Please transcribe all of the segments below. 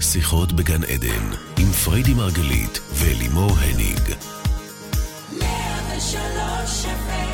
שיחות בגן עדן, עם פריידי מרגלית ולימור הניג. 103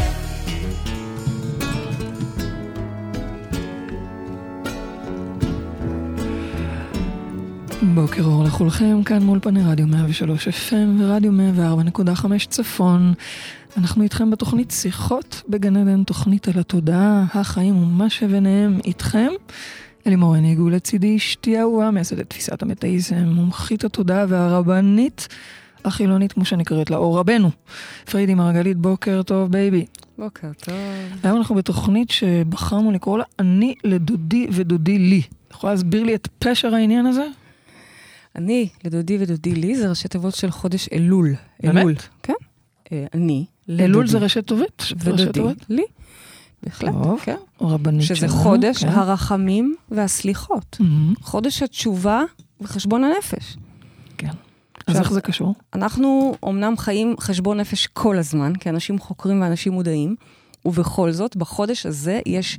בוקר אור לכולכם, כאן מול פני רדיו 103 FM ורדיו 104.5 צפון. אנחנו איתכם בתוכנית שיחות בגן עדן, תוכנית על התודעה, החיים ומה שביניהם איתכם. לימור הניג ולצידי אשתי אהובה, מייסדת תפיסת המטאיזם, מומחית התודעה והרבנית החילונית, כמו שנקראת לה, או רבנו. פריידי מרגלית, בוקר טוב בייבי. בוקר טוב. היום אנחנו בתוכנית שבחרנו לקרוא לה אני לדודי ודודי לי. יכולה להסביר לי את פשר העניין הזה? אני לדודי ודודי לי זה ראשי תיבות של חודש אלול. באמת? אלול, כן. אני לדודי. אלול זה ראשי תוות? ודודי לי. בהחלט, כן. רבנית שזה שלנו, חודש כן. הרחמים והסליחות. חודש התשובה וחשבון הנפש. כן. אז איך זה קשור? אנחנו אומנם חיים חשבון נפש כל הזמן, כי אנשים חוקרים ואנשים מודעים, ובכל זאת, בחודש הזה יש,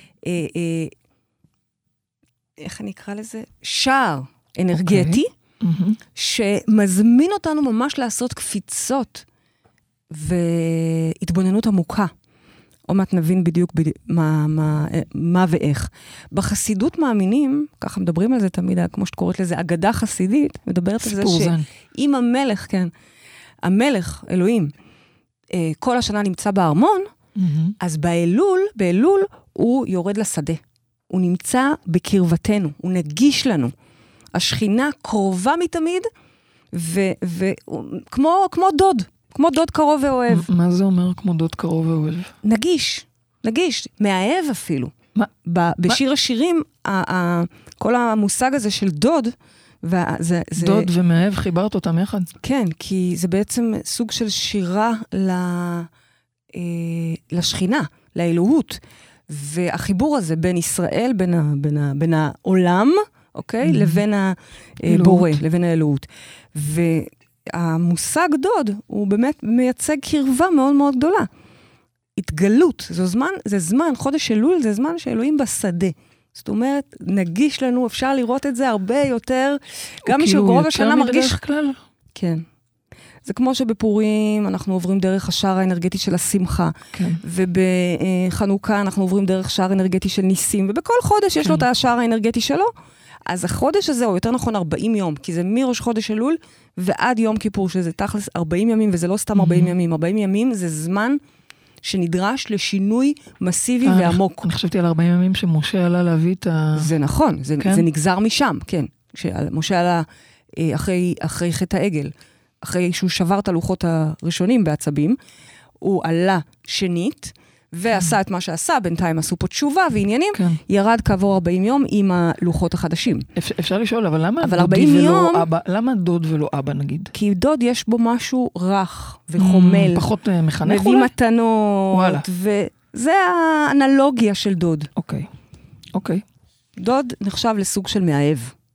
איך אני אקרא לזה? שער אנרגטי, שמזמין אותנו ממש לעשות קפיצות, והתבוננות עמוקה. עוד מעט נבין בדיוק מה ואיך. בחסידות מאמינים, ככה מדברים על זה תמיד, כמו שאת קוראת לזה, אגדה חסידית, מדברת על זה שאם המלך, כן, המלך, אלוהים, כל השנה נמצא בארמון, אז באלול הוא יורד לשדה. הוא נמצא בקרבתנו, הוא נגיש לנו. השכינה קרובה מתמיד, כמו דוד. כמו דוד קרוב ואוהב. מה זה אומר כמו דוד קרוב ואוהב? נגיש, מאהב אפילו. בשיר השירים, כל המושג הזה של דוד, דוד ומאהב, חיברת אותם יחד? כן, כי זה בעצם סוג של שירה לשכינה, לאלוהות. והחיבור הזה בין ישראל, בין העולם, אוקיי? לבין הבורא, לבין האלוהות. המושג דוד הוא באמת מייצג קרבה מאוד מאוד גדולה. התגלות, זה זמן, חודש אלול זה זמן שאלוהים בשדה. זאת אומרת, נגיש לנו, אפשר לראות את זה הרבה יותר, גם מישהו קרוב השנה מרגיש... כלל? כן. זה כמו שבפורים אנחנו עוברים דרך השער האנרגטי של השמחה, כן. ובחנוכה אנחנו עוברים דרך שער אנרגטי של ניסים, ובכל חודש יש לו את השער האנרגטי שלו, אז החודש הזה, או יותר נכון 40 יום, כי זה מראש חודש אלול, ועד יום כיפור, שזה תכלס 40 ימים, וזה לא סתם 40 ימים. 40 ימים זה זמן שנדרש לשינוי מסיבי ועמוק. אני חשבתי על 40 ימים שמשה עלה להביא את ה... זה נכון, זה נגזר משם, כן. משה עלה אחרי חטא העגל, אחרי שהוא שבר את הלוחות הראשונים בעצבים, הוא עלה שנית, ועשה את מה שעשה, בינתיים עשו פה תשובה ועניינים, ירד כעבור 40 יום עם הלוחות החדשים. אפשר לשאול, אבל למה דוד ולא אבא נגיד? כי דוד יש בו משהו רך וחומל. פחות מחנך מביא מתנות, וזה האנלוגיה של דוד. אוקיי. דוד נחשב לסוג של מאהב.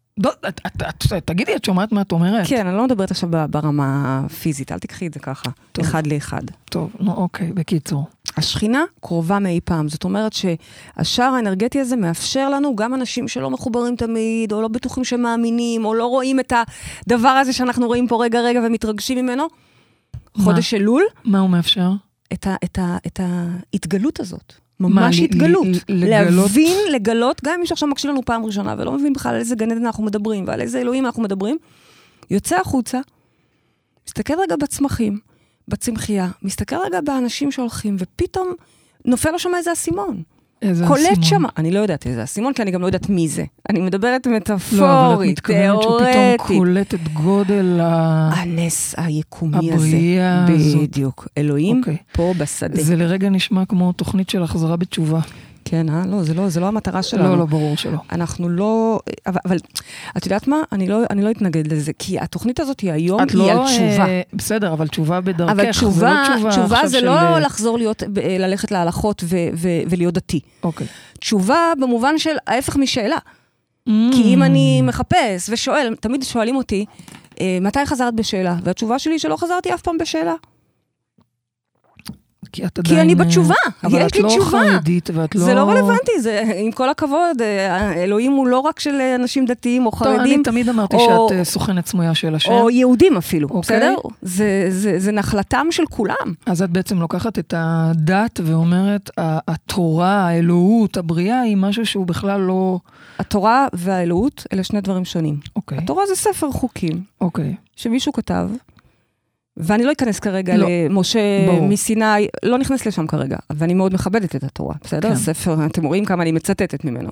תגידי, את שומעת מה את אומרת? כן, אני לא מדברת עכשיו ברמה הפיזית, אל תקחי את זה ככה, אחד לאחד. טוב, אוקיי, בקיצור. השכינה קרובה מאי פעם, זאת אומרת שהשער האנרגטי הזה מאפשר לנו, גם אנשים שלא מחוברים תמיד, או לא בטוחים שמאמינים, או לא רואים את הדבר הזה שאנחנו רואים פה רגע ומתרגשים ממנו, חודש אלול. מה הוא מאפשר? את ההתגלות הזאת. ממש התגלות. להבין, לגלות, גם אם מישהו עכשיו מקשיב לנו פעם ראשונה, ולא מבין בכלל על איזה גן עדן אנחנו מדברים, ועל איזה אלוהים אנחנו מדברים, יוצא החוצה, מסתכל רגע בצמחים, בצמחייה, מסתכל רגע באנשים שהולכים, ופתאום נופל לו שם איזה אסימון. קולט שם, אני לא יודעת איזה אסימון, כי אני גם לא יודעת מי זה. אני מדברת מטאפורית, תיאורטית. שהוא פתאום קולט את גודל הנס היקומי הזה. הבריאה הזאת. בדיוק. אלוהים פה בשדה. זה לרגע נשמע כמו תוכנית של החזרה בתשובה. כן, לא, זה לא המטרה שלנו. לא, ברור שלא. אנחנו לא, אבל את יודעת מה? אני לא אתנגד לזה, כי התוכנית הזאת היא היום, היא על תשובה. בסדר, אבל תשובה בדרכך. אבל תשובה זה לא לחזור ללכת להלכות ולהיות דתי. אוקיי. תשובה במובן של ההפך משאלה. כי אם אני מחפש ושואל, תמיד שואלים אותי, מתי חזרת בשאלה? והתשובה שלי שלא חזרתי אף פעם בשאלה. כי את עדיין... כי אני בתשובה, יש לי תשובה. אבל את לא חרדית ואת לא... זה לא רלוונטי, עם כל הכבוד, אלוהים הוא לא רק של אנשים דתיים או חרדים. טוב, אני תמיד אמרתי שאת סוכנת סמויה של השם. או יהודים אפילו, בסדר? זה נחלתם של כולם. אז את בעצם לוקחת את הדת ואומרת, התורה, האלוהות, הבריאה, היא משהו שהוא בכלל לא... התורה והאלוהות, אלה שני דברים שונים. התורה זה ספר חוקים. שמישהו כתב, ואני לא אכנס כרגע למשה מסיני, לא נכנס לשם כרגע, ואני מאוד מכבדת את התורה, בסדר? הספר, אתם רואים כמה אני מצטטת ממנו.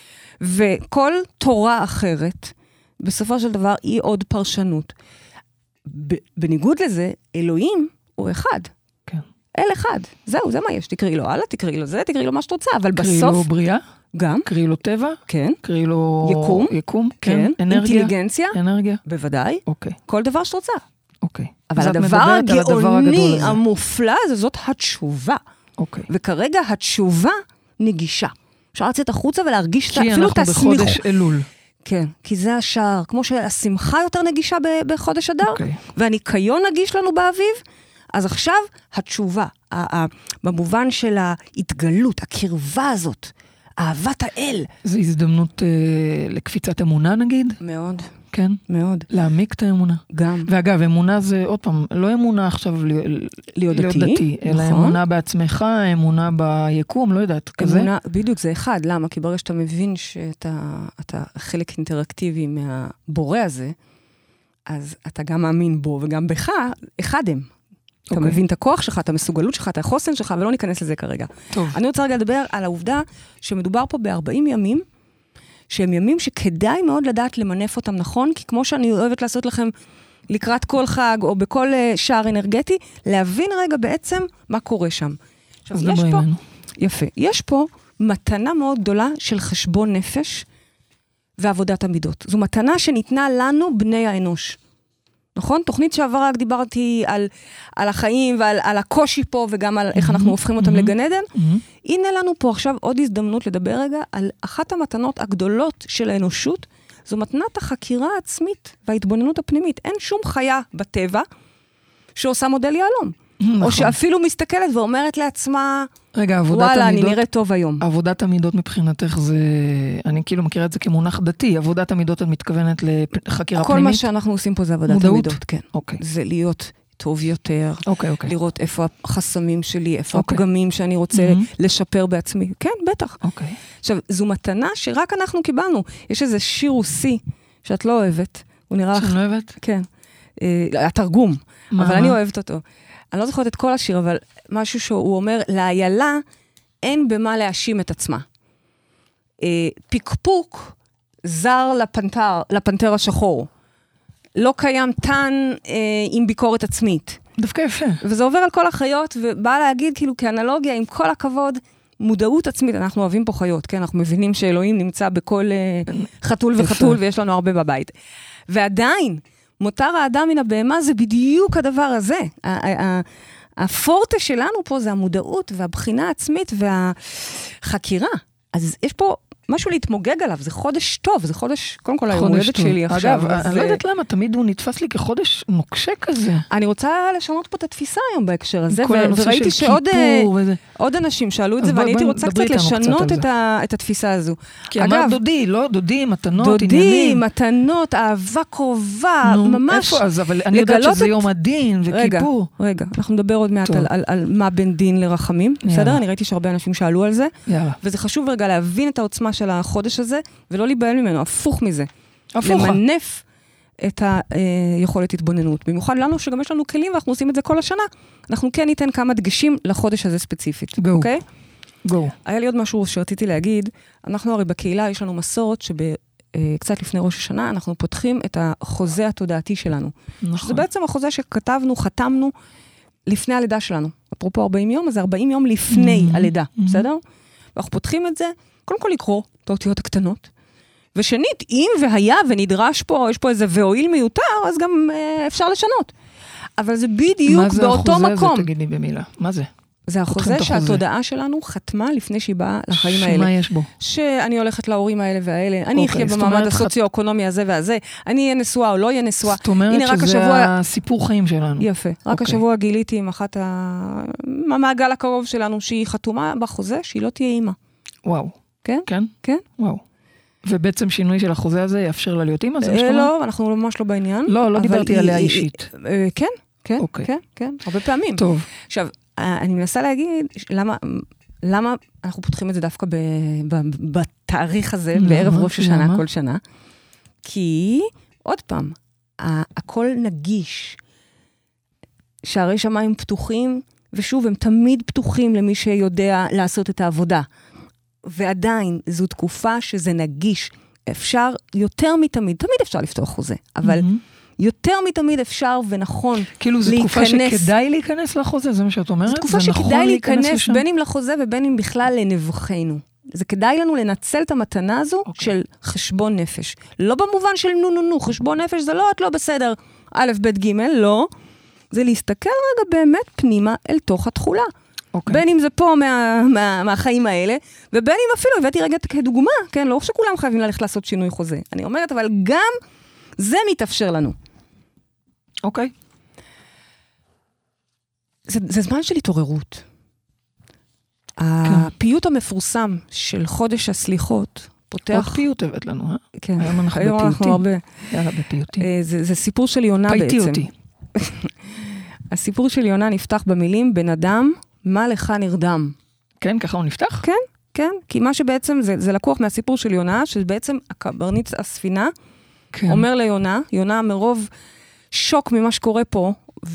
וכל תורה אחרת, בסופו של דבר, היא עוד פרשנות. בניגוד לזה, אלוהים הוא אחד. כן. אל אחד. זהו, זה מה יש. תקראי לו הלאה, תקראי לו זה, תקראי לו מה שאת רוצה, אבל בסוף... תקראי לו בריאה? גם. תקראי לו טבע? כן. תקראי לו... יקום? כן. אנרגיה? אינטליגנציה? אנרגיה? בוודאי. אוקיי. כל דבר שאת רוצה. אוקיי. אבל הדבר הגאוני, המופלא, זאת התשובה. אוקיי. וכרגע התשובה נגישה. אפשר לצאת החוצה ולהרגיש אפילו את הסמיכות. כי אנחנו בחודש אלול. כן, כי זה השער. כמו שהשמחה יותר נגישה בחודש אדר, והניקיון נגיש לנו באביב, אז עכשיו התשובה, במובן של ההתגלות, הקרבה הזאת, אהבת האל. זו הזדמנות לקפיצת אמונה נגיד? מאוד. כן? מאוד. להעמיק את האמונה. גם. ואגב, אמונה זה, עוד פעם, לא אמונה עכשיו להיות דתי, אלא אמונה בעצמך, אמונה ביקום, לא יודעת, כזה. אמונה, בדיוק, זה אחד. למה? כי ברגע שאתה מבין שאתה חלק אינטראקטיבי מהבורא הזה, אז אתה גם מאמין בו וגם בך, אחד הם. אתה מבין את הכוח שלך, את המסוגלות שלך, את החוסן שלך, ולא ניכנס לזה כרגע. טוב. אני רוצה רגע לדבר על העובדה שמדובר פה ב-40 ימים, שהם ימים שכדאי מאוד לדעת למנף אותם נכון, כי כמו שאני אוהבת לעשות לכם לקראת כל חג, או בכל שער אנרגטי, להבין רגע בעצם מה קורה שם. אז דברי לנו. יפה. יש פה מתנה מאוד גדולה של חשבון נפש ועבודת המידות. זו מתנה שניתנה לנו בני האנוש. נכון? תוכנית שעבר רק דיברתי על החיים ועל הקושי פה, וגם על איך אנחנו הופכים אותם לגן עדן. הנה לנו פה עכשיו עוד הזדמנות לדבר רגע על אחת המתנות הגדולות של האנושות, זו מתנת החקירה העצמית וההתבוננות הפנימית. אין שום חיה בטבע שעושה מודל יעלום. או שאפילו מסתכלת ואומרת לעצמה, וואלה, אני נראית טוב היום. עבודת המידות מבחינתך זה, אני כאילו מכירה את זה כמונח דתי, עבודת המידות את מתכוונת לחקירה פנימית? כל מה שאנחנו עושים פה זה עבודת המידות, כן. אוקיי. זה להיות טוב יותר, אוקיי. לראות איפה החסמים שלי, איפה הפגמים שאני רוצה לשפר בעצמי. כן, בטח. אוקיי. עכשיו, זו מתנה שרק אנחנו קיבלנו. יש איזה שיר רוסי שאת לא אוהבת. הוא נראה לך... שאני לא אוהבת? כן. התרגום. אבל אני אוהבת אותו. אני לא זוכרת את כל השיר, אבל משהו שהוא אומר, לאיילה אין במה להאשים את עצמה. פיקפוק זר לפנתר השחור. לא קיים תן עם ביקורת עצמית. דווקא יפה. וזה עובר על כל החיות, ובא להגיד כאילו כאנלוגיה, עם כל הכבוד, מודעות עצמית, אנחנו אוהבים פה חיות, כן? אנחנו מבינים שאלוהים נמצא בכל חתול וחתול, ויש לנו הרבה בבית. ועדיין, מותר האדם מן הבהמה זה בדיוק הדבר הזה. הפורטה שלנו פה זה המודעות והבחינה העצמית והחקירה. אז יש פה משהו להתמוגג עליו, זה חודש טוב, זה חודש, קודם כל היום הולדת שלי עכשיו. אגב, אני לא יודעת למה, תמיד הוא נתפס לי כחודש נוקשה כזה. אני רוצה לשנות פה את התפיסה היום בהקשר הזה, וראיתי שעוד אנשים שאלו את זה, ואני הייתי רוצה קצת לשנות את התפיסה הזו. כי אמרת דודי, לא? דודי, מתנות, דודי, עניינים. מתנות, אהבה קרובה, ממש. איפה אז? אבל אני יודעת שזה יום הדין וכיפור. רגע, אנחנו נדבר עוד מעט על מה בין דין לרחמים, בסדר? אני ראיתי שהרבה אנשים שאלו על זה, וזה חשוב רגע להבין את העוצמה של החודש הזה, ולא להיבהל ממנו, הפוך מזה. למנף את היכולת התבוננות. במיוחד לנו שגם יש לנו כלים, ואנחנו עושים את זה כל השנה. אנחנו כן ניתן כמה דגשים לחודש הזה ספציפית. אוקיי? היה לי עוד משהו שרציתי להגיד, אנחנו הרי בקהילה יש לנו מסורת קצת לפני ראש השנה, אנחנו פותחים את החוזה התודעתי שלנו. נכון. זה בעצם החוזה שכתבנו, חתמנו, לפני הלידה שלנו. אפרופו 40 יום, אז 40 יום לפני הלידה, בסדר? ואנחנו פותחים את זה, קודם כל לקרוא את האותיות הקטנות, ושנית, אם והיה ונדרש פה, יש פה איזה והועיל מיותר, אז גם אפשר לשנות. אבל זה בדיוק באותו מקום. מה זה החוזה הזה, תגידי במילה? מה זה? זה החוזה שהתודעה שלנו חתמה לפני שהיא באה לחיים האלה. שמה יש בו? שאני הולכת להורים האלה והאלה, אני אחיה במעמד הסוציו-אקונומי הזה והזה, אני אהיה נשואה או לא אהיה נשואה. זאת אומרת שזה הסיפור חיים שלנו. יפה. רק השבוע גיליתי עם אחת המעגל הקרוב שלנו, שהיא חתומה בחוזה, שהיא לא תהיה אימא. וואו. כן? כן? כן. וואו. ובעצם שינוי של החוזה הזה יאפשר לה להיות אימא? זה משתמע? לא, אנחנו ממש לא בעניין. לא דיברתי עליה אישית. כן, כן, כן, הרבה פעמים. טוב. עכשיו, אני מנסה להגיד, למה אנחנו פותחים את זה דווקא בתאריך הזה, בערב ראש השנה כל שנה? כי, עוד פעם, הכל נגיש. שערי שמיים פתוחים, ושוב, הם תמיד פתוחים למי שיודע לעשות את העבודה. ועדיין, זו תקופה שזה נגיש. אפשר יותר מתמיד, תמיד אפשר לפתוח חוזה, אבל יותר מתמיד אפשר ונכון להיכנס. כאילו זו תקופה שכדאי להיכנס לחוזה, זה מה שאת אומרת? זו תקופה שכדאי להיכנס בין אם לחוזה ובין אם בכלל לנבחנו. זה כדאי לנו לנצל את המתנה הזו של חשבון נפש. לא במובן של נו, חשבון נפש זה לא, את לא בסדר, א', ב', ג', לא. זה להסתכל רגע באמת פנימה אל תוך התחולה. בין אם זה פה מהחיים האלה, ובין אם אפילו הבאתי רגע כדוגמה, כן, לא שכולם חייבים ללכת לעשות שינוי חוזה. אני אומרת, אבל גם זה מתאפשר לנו. אוקיי. זה זמן של התעוררות. הפיוט המפורסם של חודש הסליחות פותח... עוד פיוט הבאת לנו, אה? כן. היום אנחנו בפיוטים. יאללה, בפיוטים. זה סיפור של יונה בעצם. פייטי אותי. הסיפור של יונה נפתח במילים, בן אדם, מה לך נרדם? כן, ככה הוא נפתח? כן, כן. כי מה שבעצם, זה לקוח מהסיפור של יונה, שבעצם הקברניט הספינה, אומר ליונה, יונה מרוב שוק ממה שקורה פה,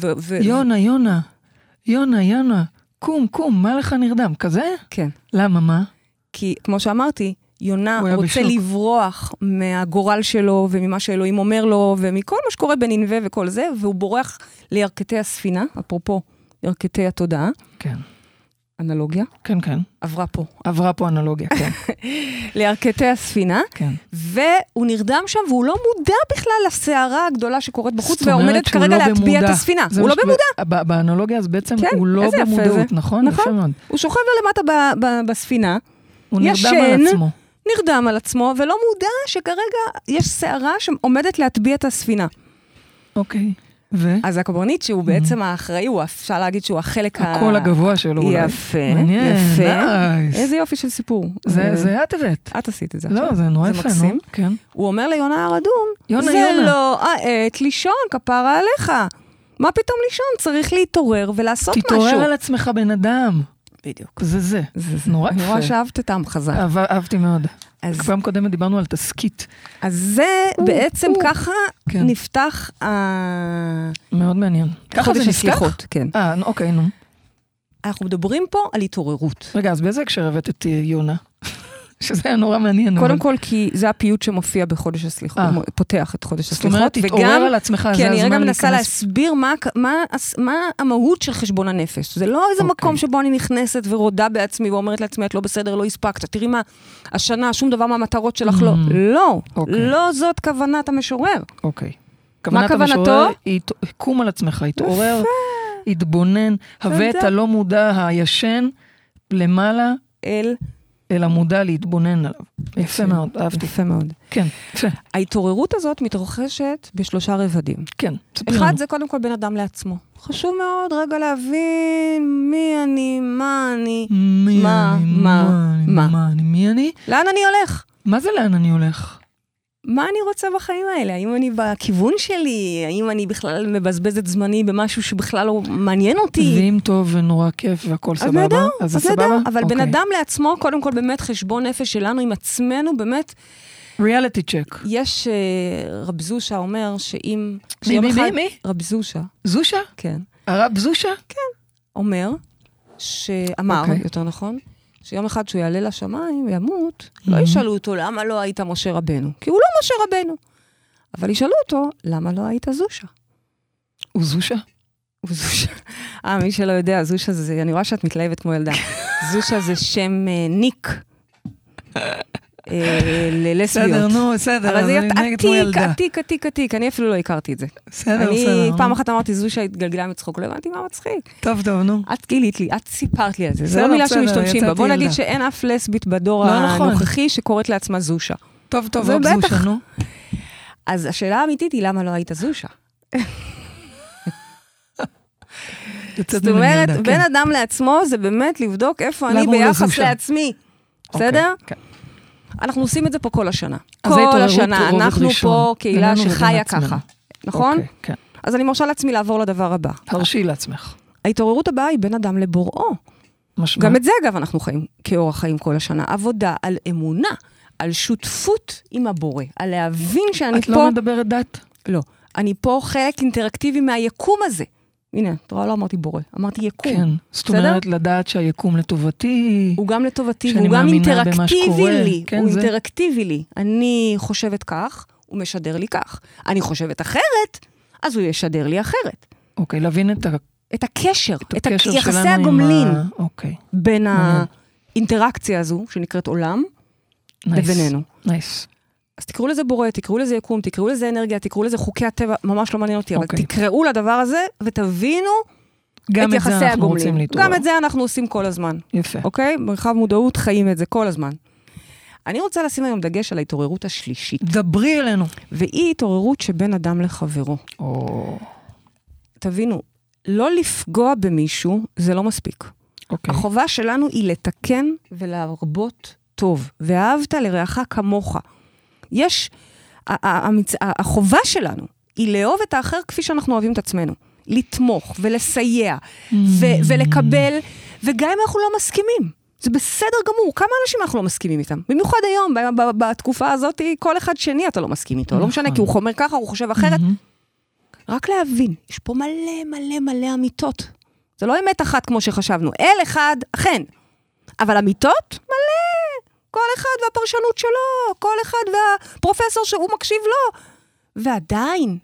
יונה, קום, מה לך נרדם? כזה? כן. למה, מה? כי, כמו שאמרתי, יונה רוצה לברוח מהגורל שלו, וממה שאלוהים אומר לו, ומכל מה שקורה בנינווה וכל זה, והוא בורח לירכתי הספינה, אפרופו ירכתי התודעה. כן. אנלוגיה. כן. עברה פה אנלוגיה, כן. לירכתי הספינה. כן. והוא נרדם שם, והוא לא מודע בכלל לסערה הגדולה שקורית בחוץ, ועומדת כרגע להטביע את הספינה. הוא לא במודע. באנלוגיה אז בעצם הוא לא במודעות, נכון? נכון. הוא שוכב למטה בספינה. הוא נרדם על עצמו. נרדם על עצמו, ולא מודע שכרגע יש סערה שעומדת להטביע את הספינה. אוקיי. אז הקברניט שהוא בעצם האחראי, הוא אפשר להגיד שהוא החלק הקול הגבוה שלו. יפה, איזה יופי של סיפור. זה את הבאת. את עשית את זה. לא, זה נורא יפה, נו. הוא אומר ליונה הרדום, זה לא העת לישון, כפרה עליך. מה פתאום לישון? צריך להתעורר ולעשות משהו. תתעורר על עצמך בן אדם. בדיוק. זה. נורא יפה. אני רואה שאהבת את העם חזק. אהבתי מאוד. פעם קודמת דיברנו על תסקית. אז זה בעצם ככה נפתח מאוד מעניין. ככה זה נפתח? כן. אוקיי, נו. אנחנו מדברים פה על התעוררות. רגע, אז באיזה הקשר הבאת את יונה? שזה היה נורא מעניין. קודם כל, כי זה הפיוט שמופיע בחודש הסליחות, פותח את חודש הסליחות. זאת אומרת, תתעורר על עצמך, זה הזמן להיכנס. כי אני רגע מנסה להיכנס. להסביר מה המהות של חשבון הנפש. זה לא איזה מקום שבו אני נכנסת ורודה בעצמי, ואומרת לעצמי, את לא בסדר, לא הספקת. תראי מה, השנה, שום דבר מהמטרות שלך לא. לא זאת כוונת המשורר. אוקיי. מה כוונתו? קום על עצמך, התעורר, התבונן, הווה את הלא מודע הישן, למעלה, אל המודע להתבונן עליו. יפה מאוד, אהבתי. יפה מאוד. כן, יפה. ההתעוררות הזאת מתרחשת בשלושה רבדים. כן. אחד זה קודם כל בן אדם לעצמו. חשוב מאוד רגע להבין מי אני, מה אני, מי אני? לאן אני הולך? מה זה לאן אני הולך? מה אני רוצה בחיים האלה? האם אני בכיוון שלי? האם אני בכלל מבזבזת זמני במשהו שבכלל לא מעניין אותי? ואם טוב ונורא כיף והכל סבבה? אז זה סבבה? אבל בן אדם לעצמו, קודם כל באמת חשבון נפש שלנו עם עצמנו, באמת... ריאליטי צ'ק. יש רב זושה אומר שאם... מי? רב זושה. זושה? כן. הרב זושה? כן. אומר, שאמר, יותר נכון, שיום אחד שהוא יעלה לשמיים וימות, לא ישאלו אותו למה לא היית משה רבנו, כי הוא לא משה רבנו. אבל ישאלו אותו, למה לא היית זושה? הוא זושה? הוא זושה. מי שלא יודע, זושה זה, אני רואה שאת מתלהבת כמו ילדה. זושה זה שם ניק. ללסביות. בסדר, נו, בסדר. אבל זה יהיה עתיק. אני אפילו לא הכרתי את זה. בסדר. אני פעם אחת אמרתי, זושה התגלגלה מצחוק, לא הבנתי מה מצחיק. טוב, נו. את גילית לי, את סיפרת לי על זה. זה לא מילה שמשתמשים בה. בוא נגיד שאין אף לסבית בדור הנוכחי שקוראת לעצמה זושה. טוב, זושה, נו. אז השאלה האמיתית היא למה לא היית זושה. זאת אומרת, בין אדם לעצמו זה באמת לבדוק איפה אני ביחס לעצמי. בסדר? אנחנו עושים את זה פה כל השנה. כל השנה. אנחנו פה קהילה שחיה ככה. נכון? כן. אז אני מרשה לעצמי לעבור לדבר הבא. הרשי לעצמך. ההתעוררות הבאה היא בין אדם לבוראו. גם את זה, אגב, אנחנו חיים כאורח חיים כל השנה. עבודה על אמונה, על שותפות עם הבורא, על להבין שאני פה... את לא מדברת דת? לא. אני פה חלק אינטראקטיבי מהיקום הזה. הנה, תראה, לא אמרתי בורא, אמרתי יקום. כן, זאת אומרת לדעת שהיקום לטובתי. הוא גם לטובתי, הוא גם אינטראקטיבי לי. הוא אינטראקטיבי לי. אני חושבת כך, הוא משדר לי כך. אני חושבת אחרת, אז הוא ישדר לי אחרת. אוקיי, להבין את הקשר, את יחסי הגומלין. בין האינטראקציה הזו, שנקראת עולם, לבינינו. נייס. אז תקראו לזה בורא, תקראו לזה יקום, תקראו לזה אנרגיה, תקראו לזה חוקי הטבע, ממש לא מעניין אותי, אבל תקראו לדבר הזה ותבינו את יחסי הגומלין. גם את זה אנחנו עושים כל הזמן. יפה. אוקיי? מרחב מודעות חיים את זה כל הזמן. אני רוצה לשים היום דגש על ההתעוררות השלישית. דברי אלינו. והיא התעוררות שבין אדם לחברו. תבינו, לא לפגוע במישהו, זה לא מספיק. החובה שלנו היא לתקן ולהרבות טוב. ואהבת לרעך כמוך. החובה שלנו היא לאהוב את האחר כפי שאנחנו אוהבים את עצמנו. לתמוך ולסייע ולקבל, וגם אם אנחנו לא מסכימים. זה בסדר גמור. כמה אנשים אנחנו לא מסכימים איתם? במיוחד היום, בתקופה הזאת, כל אחד שני אתה לא מסכים איתו. לא משנה, כי הוא חומר ככה, הוא חושב אחרת. רק להבין, יש פה מלא אמיתות. זה לא אמת אחת כמו שחשבנו. אל אחד, אכן. אבל אמיתות? מלא. כל אחד והפרשנות שלו, כל אחד והפרופסור שהוא מקשיב לו. ועדיין,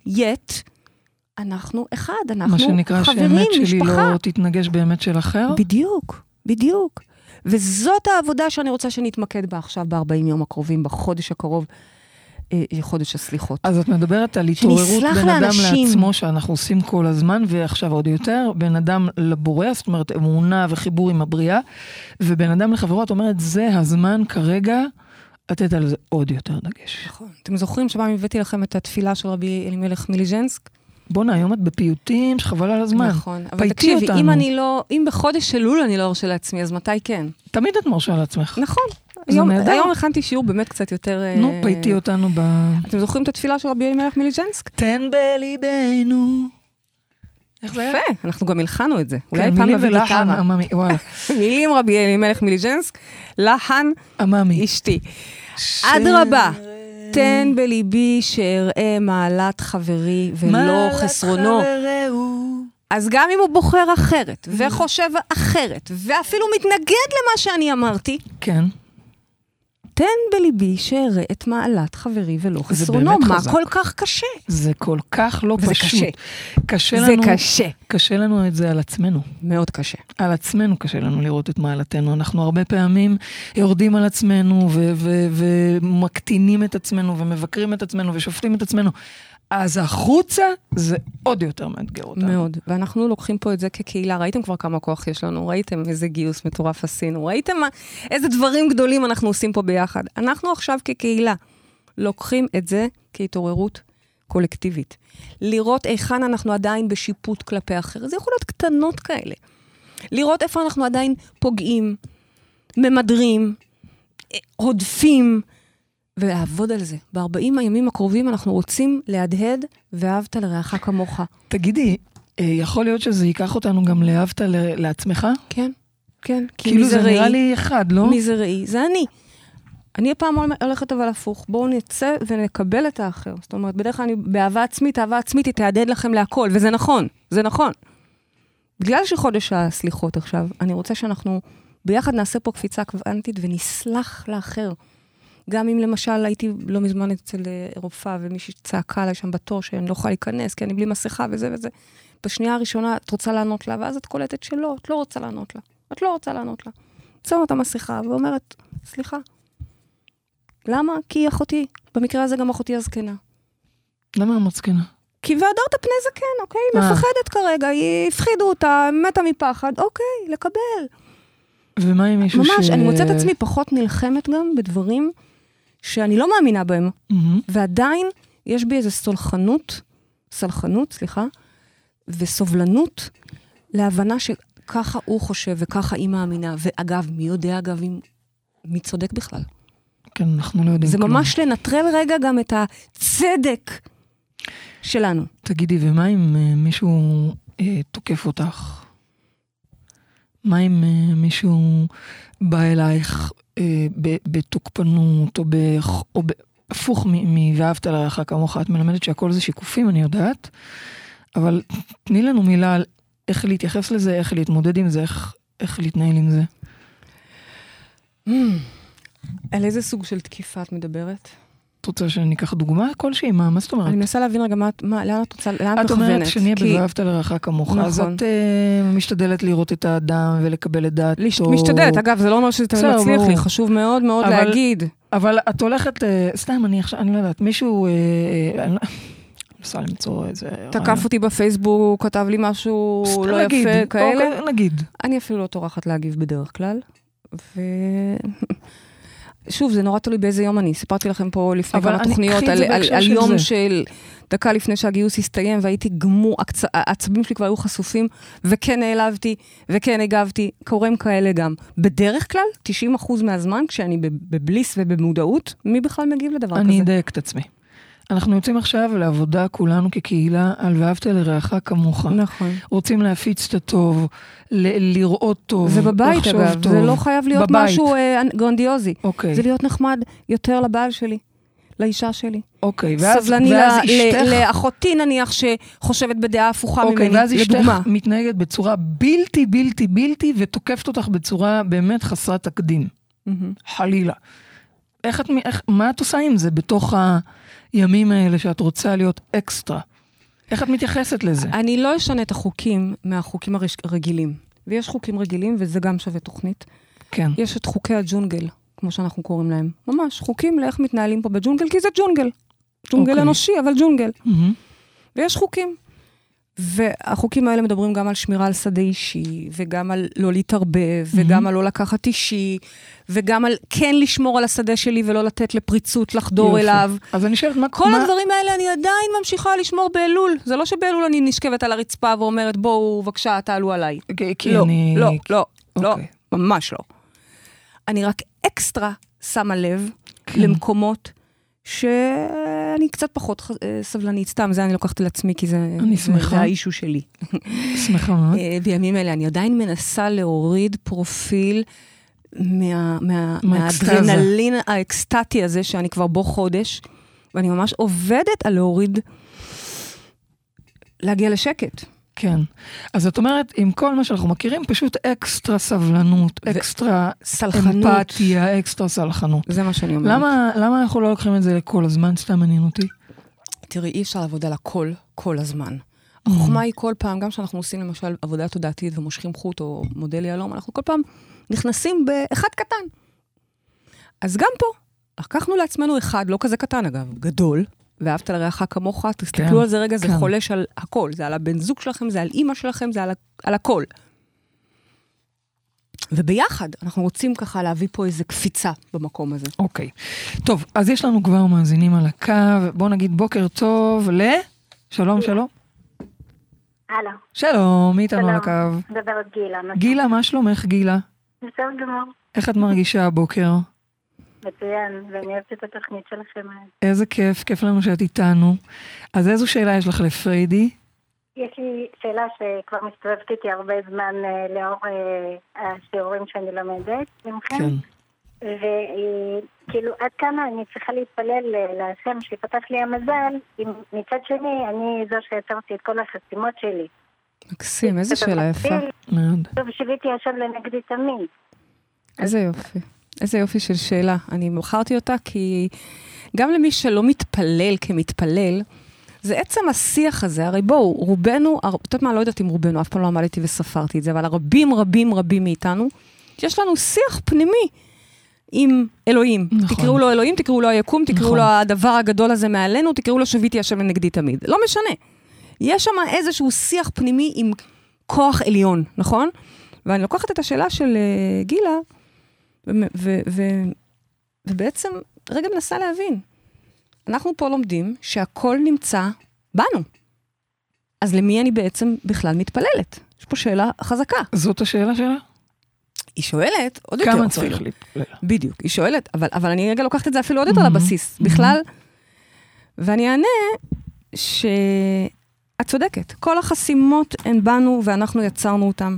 אנחנו אחד, אנחנו חברים, משפחה. מה שנקרא שאמת שלי לא תתנגש באמת של אחר? בדיוק. וזאת העבודה שאני רוצה שנתמקד בה עכשיו ב-40 יום הקרובים, בחודש הקרוב, חודש הסליחות. אז את מדברת על התעוררות בין אדם לעצמו שאנחנו עושים כל הזמן, ועכשיו עוד יותר, בין אדם לבורא, זאת אומרת אמונה וחיבור עם הבריאה, ובין אדם לחברו, את אומרת, זה הזמן כרגע, לתת על זה עוד יותר דגש. נכון. אתם זוכרים שבה הבאתי לכם את התפילה של רבי אלימלך מליז'נסק? בוא'נה, היום את בפיוטים שחבל על הזמן. נכון. אבל תקשיבי, אם בחודש שלול אני לא ארשה לעצמי, אז מתי כן? תמיד את מרשה לעצמך. נכון. היום הכנתי שיעור באמת קצת יותר... נו, פייתי אותנו ב... אתם זוכרים את התפילה של רבי אלימלך מליז'נסק? תן בליבנו. איך זה היה? יפה, אנחנו גם הלחנו את זה. אולי פעם נביא גיטרה. מילים רבי אלימלך מליז'נסק, לחן אשתי. אדרבה, תן בליבי שאראה מעלת חברי ולא חסרונו. אז גם אם הוא בוחר אחרת, וחושב אחרת, ואפילו מתנגד למה שאני אמרתי, כן. תן בליבי שאראה את מעלת חברי ולא חסרונו. מה כל כך קשה? זה כל כך לא פשוט. קשה. קשה לנו את זה על עצמנו. מאוד קשה. על עצמנו קשה לנו לראות את מעלתנו. אנחנו הרבה פעמים יורדים על עצמנו ומקטינים את עצמנו ומבקרים את עצמנו ושופטים את עצמנו. אז החוצה זה עוד יותר מאתגר אותנו. מאוד, ואנחנו לוקחים פה את זה כקהילה, ראיתם כבר כמה כוח יש לנו, ראיתם איזה גיוס מטורף עשינו, ראיתם איזה דברים גדולים אנחנו עושים פה ביחד. אנחנו עכשיו כקהילה לוקחים את זה כהתעוררות קולקטיבית. לראות איכן אנחנו עדיין בשיפוט כלפי אחר, זה יכול להיות קטנות כאלה. לראות איפה אנחנו עדיין פוגעים, ממדרים, הודפים, ולעבוד על זה. ב-40 הימים הקרובים אנחנו רוצים להדהד ואהבת לרעך כמוך. תגידי, יכול להיות שזה ייקח אותנו גם לאהבת לעצמך? כן. כאילו זה נראה לי אחד, לא? מי זה ראי? זה אני. אני הפעם הולכת אבל הפוך. בואו נצא ונקבל את האחר. זאת אומרת, בדרך כלל אני באהבה עצמית, אהבה עצמית היא תעדד לכם להכל, וזה נכון, זה נכון. בגלל שחודש הסליחות עכשיו, אני רוצה שאנחנו ביחד נעשה פה קפיצה קוונטית ונסלח לאחר. גם אם למשל הייתי לא מזמן אצל רופאה, ומישהי צעקה עליי שם בתור, שאני לא יכולה להיכנס, כי אני בלי מסכה וזה וזה. בשנייה הראשונה את רוצה לענות לה, ואז את קולטת שלא, את לא רוצה לענות לה. את לא רוצה לענות לה. שמה את המסכה ואומרת, סליחה, למה? כי אחותי, במקרה הזה גם אחותי הזקנה. למה המזקנה? כי והדרת פני זקן, אוקיי? מפחדת כרגע, היא הפחידו אותה, מתה מפחד, אוקיי, לקבל. ומה עם מישהו ממש, אני מוצאת עצמי פחות נלחמת גם בדברים שאני לא מאמינה בהם. ועדיין יש בי איזו סלחנות, וסובלנות להבנה שככה הוא חושב וככה היא מאמינה. ואגב, מי יודע מי צודק בכלל? כן, אנחנו לא יודעים. זה ממש לנטרל רגע גם את הצדק שלנו. תגידי, ומה אם מישהו תוקף אותך? מה אם מישהו בא אלייך בתוקפנות, או הפוך ואהבת לרעך כמוך? את מלמדת שהכל זה שיקופים, אני יודעת, אבל תני לנו מילה על איך להתייחס לזה, איך להתמודד עם זה, איך להתנהל עם זה. על איזה סוג של תקיפה את מדברת? את רוצה שאני אקח דוגמה כלשהי? מה זאת אומרת? אני מנסה להבין רגע, לאן את מכוונת? את אומרת שנהיה ב"ואהבת לרעך כמוך", אז את משתדלת לראות את האדם ולקבל את דעתו. משתדלת, אגב, זה לא אומר שזה תמיד מצליח לי, חשוב מאוד מאוד להגיד. אבל את הולכת, סתם, אני לא יודעת, מישהו, אני מנסה למצוא איזה... תקף אותי בפייסבוק, כתב לי משהו לא יפה, כאלה. נגיד. אני אפילו לא טורחת להגיב בדרך כלל, שוב, זה נורא תלוי באיזה יום אני. סיפרתי לכם פה לפני כמה תוכניות על יום של דקה לפני שהגיוס הסתיים, והייתי גמור, העצבים שלי כבר היו חשופים, וכן נעלבתי, וכן הגבתי, קוראים כאלה גם. בדרך כלל, 90% מהזמן, כשאני בבליס ובמודעות, מי בכלל מגיב לדבר כזה? אני אדייק את עצמי. אנחנו יוצאים עכשיו לעבודה כולנו כקהילה על ואהבת לרעך כמוך. נכון. רוצים להפיץ את הטוב, לראות טוב, זה בבית אגב, זה לא חייב להיות משהו גרנדיוזי. אוקיי. זה להיות נחמד יותר לבעל שלי, לאישה שלי. אוקיי, סבלני לאחותי נניח שחושבת בדעה הפוכה ממני, לדוגמה. ואז אשתך מתנהגת בצורה בלתי, ותוקפת אותך בצורה באמת חסרת תקדים. חלילה. מה את עושה עם זה בתוך הימים האלה שאת רוצה להיות אקסטרה? איך את מתייחסת לזה? אני לא אשנה את החוקים מהחוקים הרגילים. ויש חוקים רגילים, וזה גם שווה תוכנית. כן. יש את חוקי הג'ונגל, כמו שאנחנו קוראים להם. ממש, חוקים לאיך מתנהלים פה בג'ונגל, כי זה ג'ונגל. ג'ונגל אנושי, אבל ג'ונגל. ויש חוקים. והחוקים האלה מדברים גם על שמירה על שדה אישי, וגם על לא להתערבב, וגם על לא לקחת אישי, וגם על כן לשמור על השדה שלי, ולא לתת לפריצות לחדור אליו. אז אני שואלת, כל הדברים האלה אני עדיין ממשיכה לשמור באלול. זה לא שבאלול אני נשכבת על הרצפה ואומרת, בואו, בבקשה, תעלו עליי. לא, ממש לא. אני רק אקסטרה שמה לב למקומות שאני קצת פחות סבלנית, סתם, זה אני לוקחת לעצמי, כי זה האישו שלי. שמחה מאוד. בימים האלה, אני עדיין מנסה להוריד פרופיל מהאדרנלין האקסטטי הזה, שאני כבר בו חודש, ואני ממש עובדת על להגיע לשקט. כן. אז את אומרת, עם כל מה שאנחנו מכירים, פשוט אקסטרה סבלנות, אקסטרה אמפתיה, אקסטרה סלחנות. זה מה שאני אומרת. למה אנחנו לא לוקחים את זה לכל הזמן? סתם מעניין אותי. תראי, אי אפשר לעבוד על הכל, כל הזמן. החוכמה היא כל פעם, גם שאנחנו עושים למשל עבודה תודעתית ומושכים חוט או מודל יהלום, אנחנו כל פעם נכנסים באחד קטן. אז גם פה, לקחנו לעצמנו אחד, לא כזה קטן אגב, גדול, ואהבת לרעך כמוך, תסתכלו על זה רגע, זה חולש על הכל, זה על הבן זוג שלכם, זה על אמא שלכם, זה על הכל. וביחד אנחנו רוצים ככה להביא פה איזו קפיצה במקום הזה. אוקיי. טוב, אז יש לנו כבר מאזינים על הקו, בואו נגיד בוקר טוב שלום. הלו. שלום, מי איתנו על הקו? מדברת גילה. גילה, מה שלומך גילה? בסדר גמור. איך את מרגישה הבוקר? מצוין, ואני אוהבת את התוכנית שלכם. איזה כיף לנו שאת איתנו. אז איזו שאלה יש לך לפריידי? יש לי שאלה שכבר מסתובבת איתי הרבה זמן לאור השיעורים שאני לומדת. כן. וכאילו עד כמה אני צריכה להתפלל להשם שפתח לי המזל, מצד שני אני זו שיצרתי את כל החסימות שלי. מקסים, איזה שאלה יפה. מאוד. טוב, שיביתי עכשיו לנגדי תמיד. איזה יופי. איזה יופי של שאלה. אני בחרתי אותה כי גם למי שלא מתפלל כמתפלל, זה עצם השיח הזה. הרי בואו, רובנו, יודעת מה, לא יודעת אם רובנו, אף פעם לא עמדתי וספרתי את זה, אבל רבים מאיתנו, יש לנו שיח פנימי עם אלוהים. נכון. תקראו לו אלוהים, תקראו לו היקום, תקראו נכון. לו הדבר הגדול הזה מעלינו, תקראו לו שביתי השם לנגדי תמיד. לא משנה. יש שם איזשהו שיח פנימי עם כוח עליון, נכון? ואני לוקחת את השאלה של גילה, ובעצם רגע מנסה להבין. אנחנו פה לומדים שהכל נמצא בנו. אז למי אני בעצם בכלל מתפללת? יש פה שאלה חזקה. זאת השאלה שלה? היא שואלת עוד יותר כמה אפילו. צריך להתפלל? בדיוק, היא שואלת, אבל אני רגע לוקחת את זה אפילו עוד יותר לבסיס. בכלל, ואני אענה שאת צודקת. כל החסימות הן בנו ואנחנו יצרנו אותן.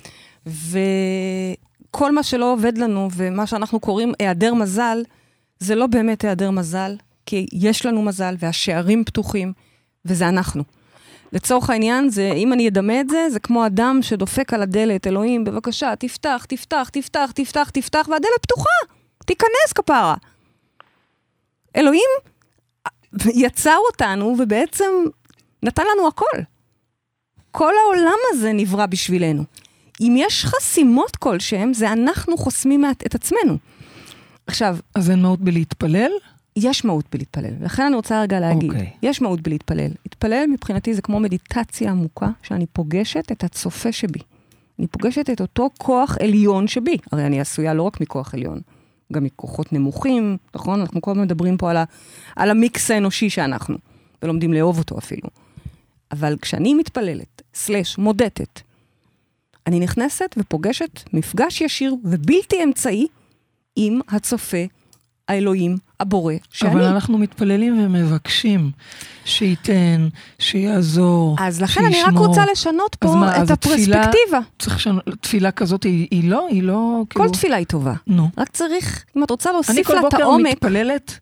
וכל מה שלא עובד לנו ומה שאנחנו קוראים היעדר מזל, זה לא באמת היעדר מזל, כי יש לנו מזל והשערים פתוחים, וזה אנחנו. לצורך העניין, אם אני אדמה את זה, זה כמו אדם שדופק על הדלת, אלוהים, בבקשה, תפתח, תפתח, תפתח, תפתח, תפתח, והדלת פתוחה, תיכנס כפרה. אלוהים יצר אותנו, ובעצם נתן לנו הכל. כל העולם הזה נברא בשבילנו. אם יש חסימות כלשהם, זה אנחנו חוסמים את עצמנו. עכשיו, אז אין מהות בלהתפלל? יש מהות בלהתפלל, ולכן אני רוצה רגע להגיד, אוקיי. יש מהות בלהתפלל. להתפלל מבחינתי זה כמו מדיטציה עמוקה, שאני פוגשת את הצופה שבי. אני פוגשת את אותו כוח עליון שבי. הרי אני עשויה לא רק מכוח עליון, גם מכוחות נמוכים, נכון? אנחנו כל הזמן מדברים פה על המיקס האנושי שאנחנו, ולומדים לאהוב אותו אפילו. אבל כשאני מתפללת, מודדת, אני נכנסת ופוגשת מפגש ישיר ובלתי אמצעי עם הצופה האלוהים, הבורא, שאני. אבל אנחנו מתפללים ומבקשים שייתן, שיעזור, אז לכן שישמור. אני רק רוצה לשנות פה את הפרספקטיבה. תפילה כזאת היא לא... כל תפילה היא טובה. נו. רק צריך, אם את רוצה להוסיף לה את אני כל העומק. בוקר מתפללת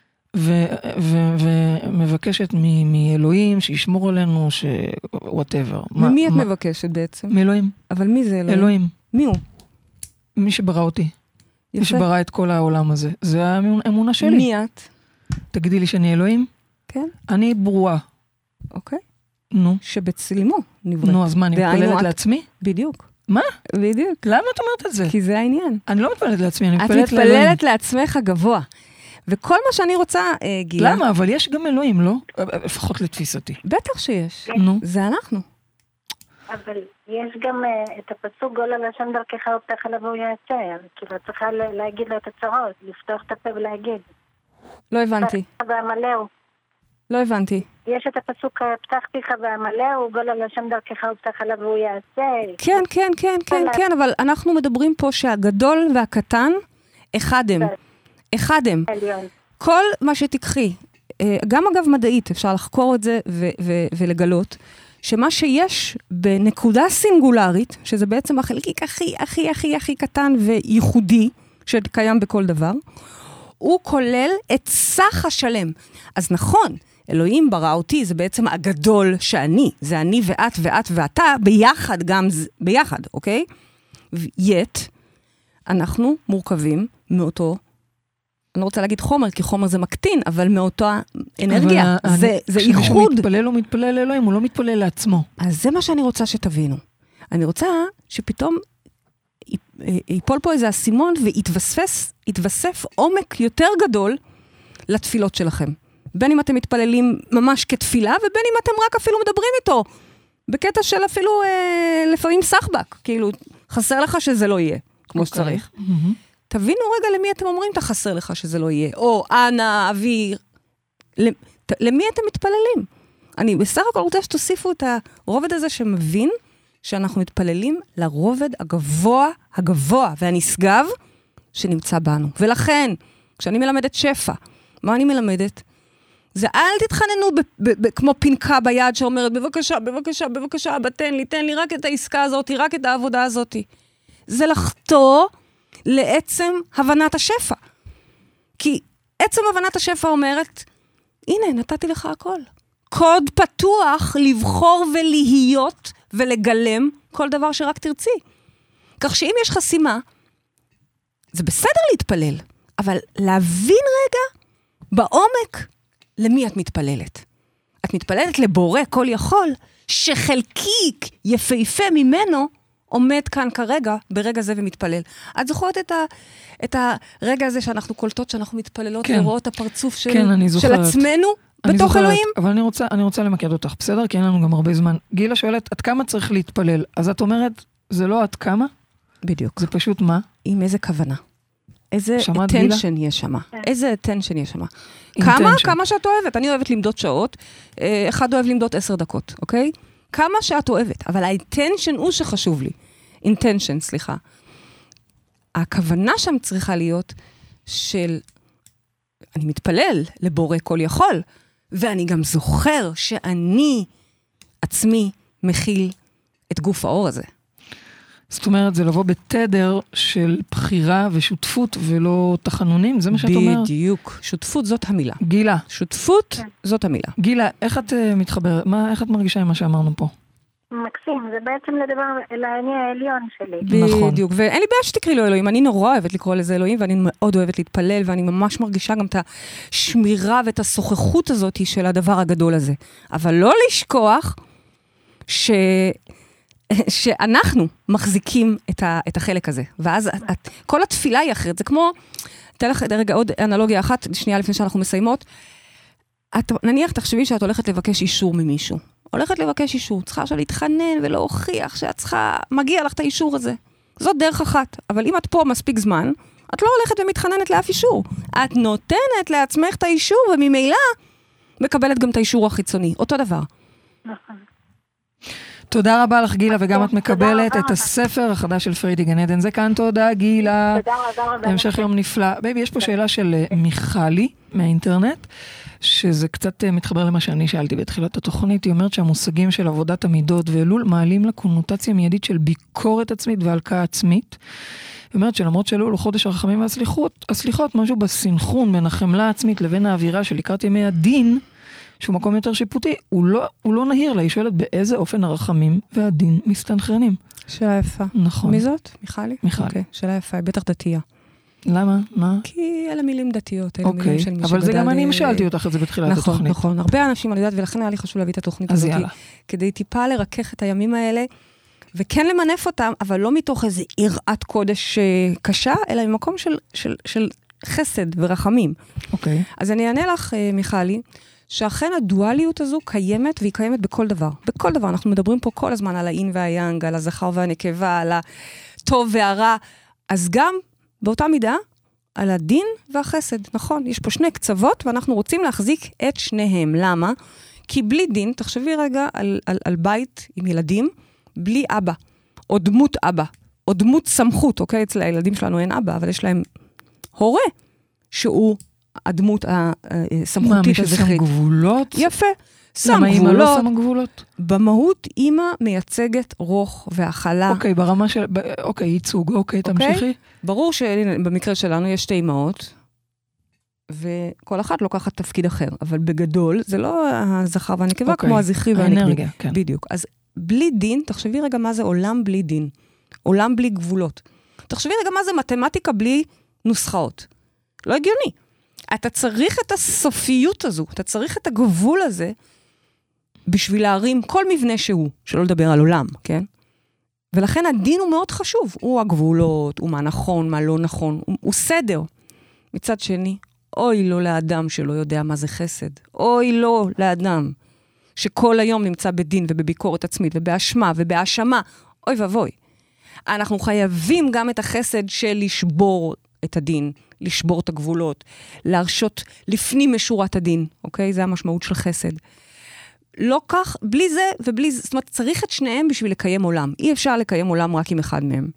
ומבקשת מאלוהים שישמור עלינו, whatever. ממי את מבקשת בעצם? מאלוהים. אבל מי זה אלוהים? אלוהים. מי הוא? מי שברא אותי. מי שברא את כל העולם הזה. זה האמונה שלי. מי את? תגידי לי שאני אלוהים? כן. אני ברורה. אוקיי. נו. שבצלימו נבראת. נו, אז מה, אני מתפללת לעצמי? בדיוק. מה? בדיוק. למה את אומרת את זה? כי זה העניין. אני לא מתפללת לעצמי, אני את מתפללת לאלוהים. מתפללת לעצמך גבוה. וכל מה שאני רוצה, גילה... למה? אבל יש גם אלוהים, לא? לפחות לתפיסתי. בטח שיש. נו. זה אנחנו. אבל יש גם את הפסוק גול על השם דרכך ופתח עליו והוא יעשה. כאילו, צריכה להגיד לו את הצרות, לפתוח את הפה ולהגיד. לא הבנתי. והמלאו. לא הבנתי. יש את הפסוק פתח פיך והמלאו, גול על השם דרכך ופתח עליו והוא יעשה. כן, כן, כן, כן, כן, אבל אנחנו מדברים פה שהגדול והקטן, אחד הם. אחד הם. כל מה שתקחי, גם אגב מדעית, אפשר לחקור את זה ולגלות, שמה שיש בנקודה סינגולרית, שזה בעצם החלקיק הכי קטן וייחודי, שקיים בכל דבר, הוא כולל את סך השלם. אז נכון, אלוהים ברא אותי, זה בעצם הגדול שאני, זה אני ואת ואת ואתה, ביחד גם, ביחד, אוקיי? יet, אנחנו מורכבים מאותו, אני לא רוצה להגיד חומר, כי חומר זה מקטין, אבל מאותה אנרגיה, זה ייחוד. כשמישהו מתפלל, הוא מתפלל לאלוהים, הוא לא מתפלל לעצמו. אז זה מה שאני רוצה שתבינו. אני רוצה שפתאום ייפול פה איזה אסימון, ויתווסף עומק יותר גדול לתפילות שלכם. בין אם אתם מתפללים ממש כתפילה, ובין אם אתם רק אפילו מדברים איתו, בקטע של אפילו לפעמים סחבק, כאילו חסר לך שזה לא יהיה, כמו שצריך. תבינו רגע למי אתם אומרים, חסר לך שזה לא יהיה. או אנא, אבי, למי אתם מתפללים? אני בסך הכל רוצה שתוסיפו את הרובד הזה שמבין שאנחנו מתפללים לרובד הגבוה והנשגב שנמצא בנו. ולכן, כשאני מלמדת שפע, מה אני מלמדת? זה אל תתחננו כמו פינקה ביד שאומרת, בבקשה, בבקשה, בבקשה, תן לי רק את העסקה הזאת, רק את העבודה הזאת. זה לחתור לעצם הבנת השפע. כי עצם הבנת השפע אומרת, הנה, נתתי לך הכל. קוד פתוח לבחור ולהיות ולגלם כל דבר שרק תרצי. כך שאם יש חסימה, זה בסדר להתפלל, אבל להבין רגע בעומק למי את מתפללת. את מתפללת לבורא כל יכול, שחלקיק יפהפה ממנו עומד כאן כרגע, ברגע זה ומתפלל. את זוכרת את הרגע הזה שאנחנו קולטות, שאנחנו מתפללות, כן. ורואות הפרצוף של, כן, של עצמנו בתוך זוכרת, אלוהים? אבל אני רוצה למקד אותך, בסדר? כי אין לנו גם הרבה זמן. גילה שואלת, עד כמה צריך להתפלל? אז את אומרת, זה לא עד כמה? בדיוק. זה פשוט מה? עם איזה כוונה. איזה attention יש שם. איזה attention יש שם. כמה שאת אוהבת. אני אוהבת למדוד שעות, אחד אוהב למדוד 10 דקות, אוקיי? כמה שאת אוהבת, אבל ה-attention הוא שחשוב לי. intention, סליחה. הכוונה שם צריכה להיות של, אני מתפלל לבורא כל יכול, ואני גם זוכר שאני עצמי מכיל את גוף האור הזה. זאת אומרת, זה לבוא בתדר של בחירה ושותפות ולא תחנונים, זה מה שאת אומרת? בדיוק, שותפות זאת המילה. גילה. שותפות זאת המילה. גילה, איך את מתחברת? איך את מרגישה עם מה שאמרנו פה? מקסים, זה בעצם לדבר אל העני העליון שלי. נכון. בדיוק, ואין לי בעיה שתקראי לו אלוהים, אני נורא אוהבת לקרוא לזה אלוהים, ואני מאוד אוהבת להתפלל, ואני ממש מרגישה גם את השמירה ואת השוחחות הזאת של הדבר הגדול הזה. אבל לא לשכוח שאנחנו מחזיקים את החלק הזה, ואז כל התפילה היא אחרת, זה כמו, אתן לך רגע עוד אנלוגיה אחת, שנייה לפני שאנחנו מסיימות, נניח תחשבי שאת הולכת לבקש אישור ממישהו, הולכת לבקש אישור, צריכה עכשיו להתחנן ולהוכיח שאת צריכה, מגיע לך את האישור הזה, זאת דרך אחת, אבל אם את פה מספיק זמן, את לא הולכת ומתחננת לאף אישור, את נותנת לעצמך את האישור, וממילא מקבלת גם את האישור החיצוני, אותו דבר. נכון. תודה רבה לך גילה, וגם את מקבלת את הספר החדש של פרידי גן עדן. זה כאן, תודה גילה. תודה רבה. המשך יום נפלא. בייבי, יש פה שאלה של מיכלי מהאינטרנט, שזה קצת מתחבר למה שאני שאלתי בתחילת התוכנית. היא אומרת שהמושגים של עבודת המידות ואלול מעלים לקונוטציה מיידית של ביקורת עצמית והלקאה עצמית. היא אומרת שלמרות שאלול הוא חודש הרחמים והסליחות, משהו בסנכרון בין החמלה העצמית לבין האווירה של לקראת ימי הדין, שהוא מקום יותר שיפוטי, הוא לא נהיר לה, היא שואלת באיזה אופן הרחמים והדין מסתנכרנים. שאלה יפה. נכון. מי זאת? מיכלי? מיכלי. אוקיי, שאלה יפה, בטח דתייה. למה? מה? כי אלה מילים דתיות, אלה מילים של מי שגדל... אבל זה גם אני שאלתי אותך את זה בתחילת התוכנית. נכון. הרבה אנשים, אני יודעת, ולכן היה לי חשוב להביא את התוכנית הזאת, כדי טיפה לרכך את הימים האלה, וכן למנף אותם, אבל לא מתוך איזו יראת קודש קשה, אלא ממקום של חסד ורחמים. אוקיי. אז אני אענה לך, מיכלי, שאכן הדואליות הזו קיימת, והיא קיימת בכל דבר. בכל דבר. אנחנו מדברים פה כל הזמן על האין והיאנג, על הזכר והנקבה, על הטוב והרע. אז גם באותה מידה, על הדין והחסד. נכון, יש פה שני קצוות, ואנחנו רוצים להחזיק את שניהם. למה? כי בלי דין, תחשבי רגע על בית עם ילדים, בלי אבא, או דמות אבא, או דמות סמכות, אוקיי? אצל הילדים שלנו אין אבא, אבל יש להם הורה, שהוא הדמות הסמכותית הזכרית. מי ששם גבולות? יפה. למה אמא לא שמה גבולות? במהות, אמא מייצגת רוח והכלה. אוקיי, ברמה של... אוקיי, ייצוג. אוקיי, תמשיכי. ברור שבמקרה שלנו יש 2 אמהות, וכל אחת לוקחת תפקיד אחר. אבל בגדול, זה לא הזכר והנקבה, כמו הזכרי והנקבי. האנרגיה, כן. בדיוק. אז בלי דין, תחשבי רגע מה זה עולם בלי דין. עולם בלי גבולות. תחשבי רגע מה זה מתמטיקה בלי נוסחאות. לא הגיוני. אתה צריך את הסופיות הזו, אתה צריך את הגבול הזה, בשביל להרים כל מבנה שהוא, שלא לדבר על עולם, כן? ולכן הדין הוא מאוד חשוב, הוא הגבולות, הוא מה נכון, מה לא נכון, הוא סדר. מצד שני, אוי לא לאדם שלא יודע מה זה חסד, אוי לא לאדם שכל היום נמצא בדין ובביקורת עצמית ובאשמה ובאשמה, אוי ובוי. אנחנו חייבים גם את החסד של לשבור את הדין, לשבור את הגבולות, להרשות לפנים משורת הדין, אוקיי? זה המשמעות של חסד. לא כך, בלי זה ובלי זה, זאת אומרת, צריך את שניהם בשביל לקיים עולם. אי אפשר לקיים עולם רק עם אחד מהם.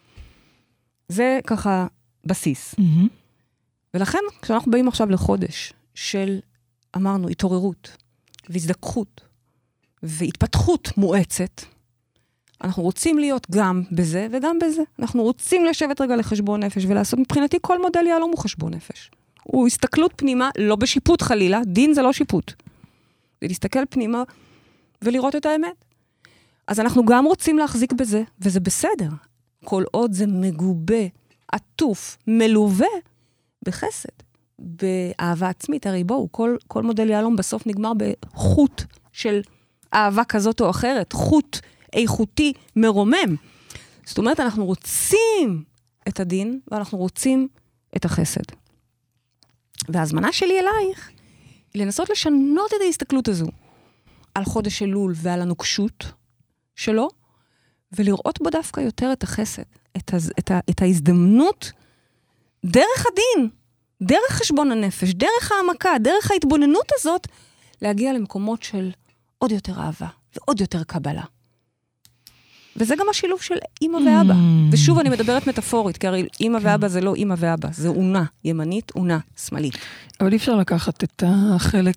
זה ככה בסיס. ולכן, כשאנחנו באים עכשיו לחודש של, אמרנו, התעוררות והזדכחות והתפתחות מואצת, אנחנו רוצים להיות גם בזה וגם בזה. אנחנו רוצים לשבת רגע לחשבון נפש ולעשות, מבחינתי כל מודל יהלום הוא חשבון נפש. הוא הסתכלות פנימה, לא בשיפוט חלילה, דין זה לא שיפוט. זה להסתכל פנימה ולראות את האמת. אז אנחנו גם רוצים להחזיק בזה, וזה בסדר. כל עוד זה מגובה, עטוף, מלווה בחסד, באהבה עצמית. הרי בואו, כל מודל יהלום בסוף נגמר בחוט של אהבה כזאת או אחרת, חוט איכותי מרומם. זאת אומרת, אנחנו רוצים את הדין, ואנחנו רוצים את החסד. וההזמנה שלי אלייך, היא לנסות לשנות את ההסתכלות הזו, על חודש אלול ועל הנוקשות שלו, ולראות בו דווקא יותר את החסד, את ההזדמנות, דרך הדין, דרך חשבון הנפש, דרך העמקה, דרך ההתבוננות הזאת, להגיע למקומות של עוד יותר אהבה, ועוד יותר קבלה. וזה גם השילוב של אמא ואבא. ושוב אני מדברת מטאפורית, כי הרי אמא ואבא זה לא אמא ואבא, זה אונה, ימנית, אונה, שמאלית. אבל אי אפשר לקחת את החלק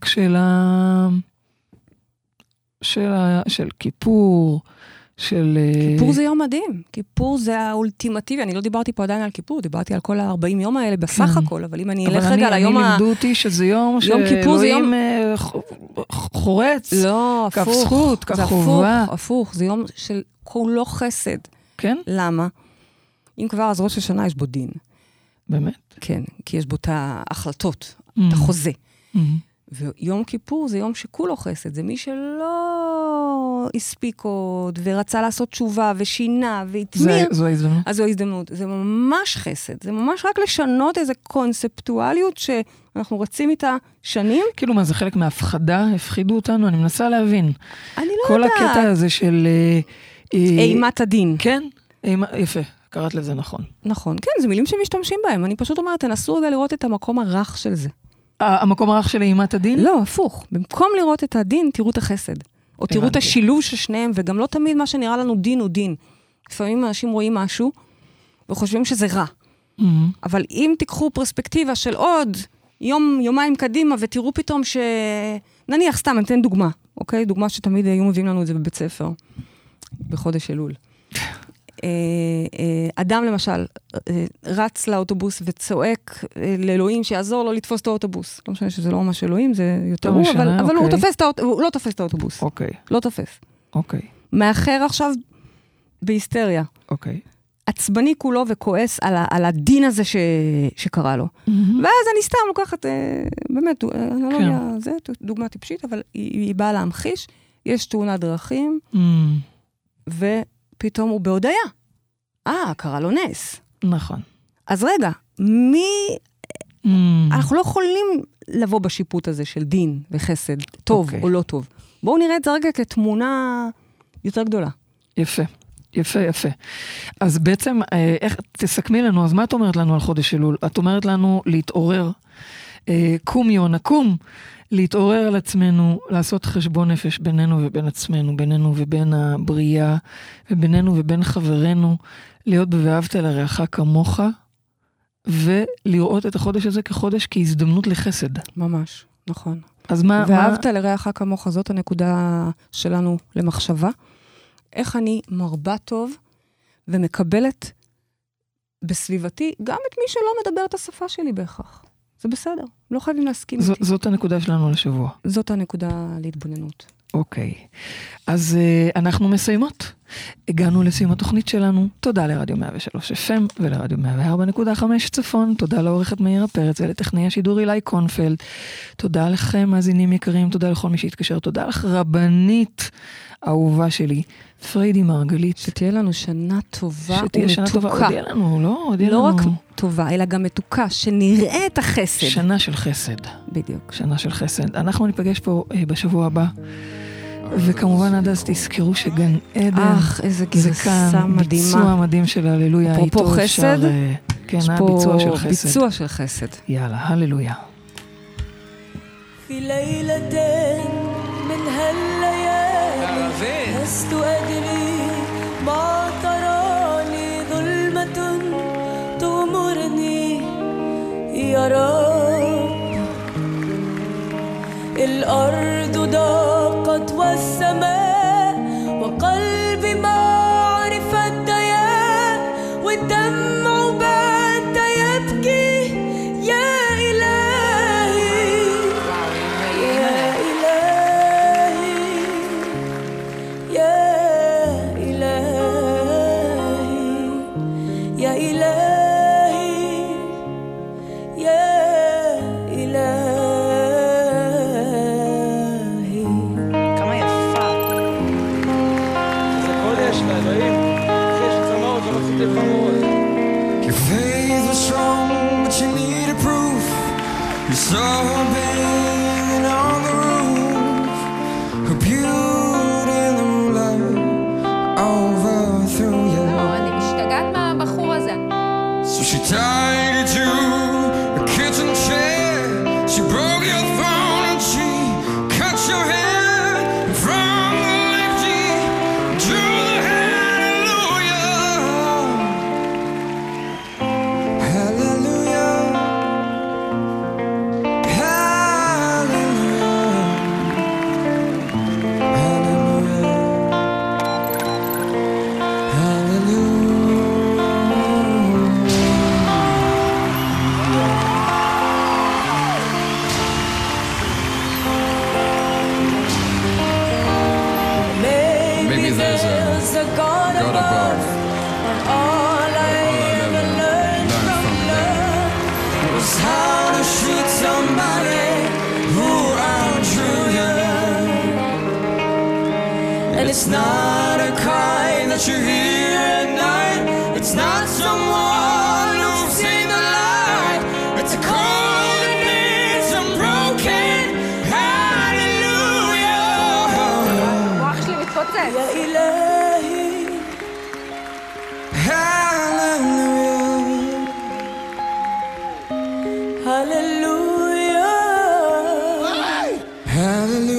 של כיפור, כיפור זה יום מדהים, כיפור זה האולטימטיבי, אני לא דיברתי פה עדיין על כיפור, דיברתי על כל ה-40 יום האלה בסך הכל, אבל אם אני אלך רגע ליום אני לימדו אותי שזה יום שאלוהים חורץ, לא, כף זכות, כף חובה. הפוך, זה יום של כולו חסד. כן? למה? אם כבר אז ראש השנה יש בו דין. באמת? כן, כי יש בו את ההחלטות, את החוזה. ויום כיפור זה יום שכולו חסד, זה מי שלא הספיק עוד, ורצה לעשות תשובה, ושינה, והתמיר. זו ההזדמנות. אז זו ההזדמנות. זה ממש חסד. זה ממש רק לשנות איזו קונספטואליות שאנחנו רצים איתה שנים. כאילו מה, זה חלק מהפחדה? הפחידו אותנו? אני מנסה להבין. אני לא כל יודעת. כל הקטע הזה של... אימת הדין. כן? יפה. קראת לזה נכון. נכון. כן, זה מילים שמשתמשים בהם. אני פשוט אומרת, תנסו רגע לראות את המקום הרך של זה. המקום הרך של אימת הדין? לא, הפוך. במקום לראות את הדין, תראו את החסד. או תראו את השילוב של שניהם, וגם לא תמיד מה שנראה לנו דין הוא דין. לפעמים אנשים רואים משהו, וחושבים שזה רע. אבל אם תיקחו פרספקטיבה של עוד יומיים קדימה, ותראו פתאום נניח סתם, אני אתן דוגמה, אוקיי? דוגמה שתמיד היו מביאים לנו את זה בבית ספר, בחודש אלול. אדם למשל רץ לאוטובוס וצועק לאלוהים שיעזור לו לתפוס את האוטובוס. לא משנה שזה לא ממש אלוהים, זה יותר הוא, אבל הוא לא תופס את האוטובוס. אוקיי. לא תופס. אוקיי. מאחר עכשיו בהיסטריה. אוקיי. עצבני כולו וכועס על הדין הזה שקרה לו. ואז אני סתם לוקחת, באמת, זה דוגמה טיפשית, אבל היא באה להמחיש, יש תאונת דרכים, ופתאום הוא בהודעה. קרה לו נס. נכון. אז רגע, אנחנו לא יכולים לבוא בשיפוט הזה של דין וחסד, טוב או לא טוב. בואו נראה את זה רגע כתמונה יותר גדולה. יפה. יפה, יפה. אז בעצם, תסכמי לנו, אז מה את אומרת לנו על חודש אלול? את אומרת לנו להתעורר, קום יונה, קום, להתעורר על עצמנו, לעשות חשבון נפש בינינו ובין עצמנו, בינינו ובין הבריאה, ובינינו ובין חברינו, להיות ב"ואהבת לרעך כמוך, ולראות את החודש הזה כחודש כהזדמנות לחסד. ממש, נכון. אז מה... ואהבת לרעך כמוך, זאת הנקודה שלנו למחשבה. איך אני מרבה טוב ומקבלת בסביבתי גם את מי שלא מדבר את השפה שלי בהכרח. זה בסדר, לא חייבים להסכים איתי. זאת הנקודה שלנו לשבוע. זאת הנקודה להתבוננות. אוקיי, אז אנחנו מסיימות. הגענו לסיום התוכנית שלנו. תודה לרדיו 103 FM ולרדיו 104.5 צפון. תודה לעורכת מאירה פרץ ולטכנאי השידור אילי קונפלד. תודה לכם, מאזינים יקרים. תודה לכל מי שהתקשר. תודה לך, רבנית אהובה שלי, פריידי מרגלית. שתהיה לנו שנה טובה ומתוקה. שתהיה שנה טובה, עוד יהיה לנו, לא? לא רק טובה, אלא גם מתוקה, שנראה את החסד. שנה של חסד. בדיוק. שנה של חסד. אנחנו ניפגש פה בשבוע הבא. וכמובן עד אז תזכרו שגן עדן, איזה גרסה מדהימה. ביצוע מדהים של הללויה. אפרופו חסד, כן, ביצוע של חסד. ביצוע של חסד. יאללה, הללויה. في ليلة من هالليالي لست أدري ما تراني ظلمة تغمرني يا رب الأرض ضاقت والسماء وقلبي ما عرف الدياء والدمع بات يبكي يا إلهي يا إلهي يا إلهي يا إلهي يا إلهي כמה יפה. above. And all I ever learned from love was how to shoot somebody who outdrew you. And it's not a cry that you hear at night. It's not someone who's seen the light. It's a call that needs some broken hallelujah. המוח שלי מתפוצץ. יא אלוהי hallelujah. Hallelujah.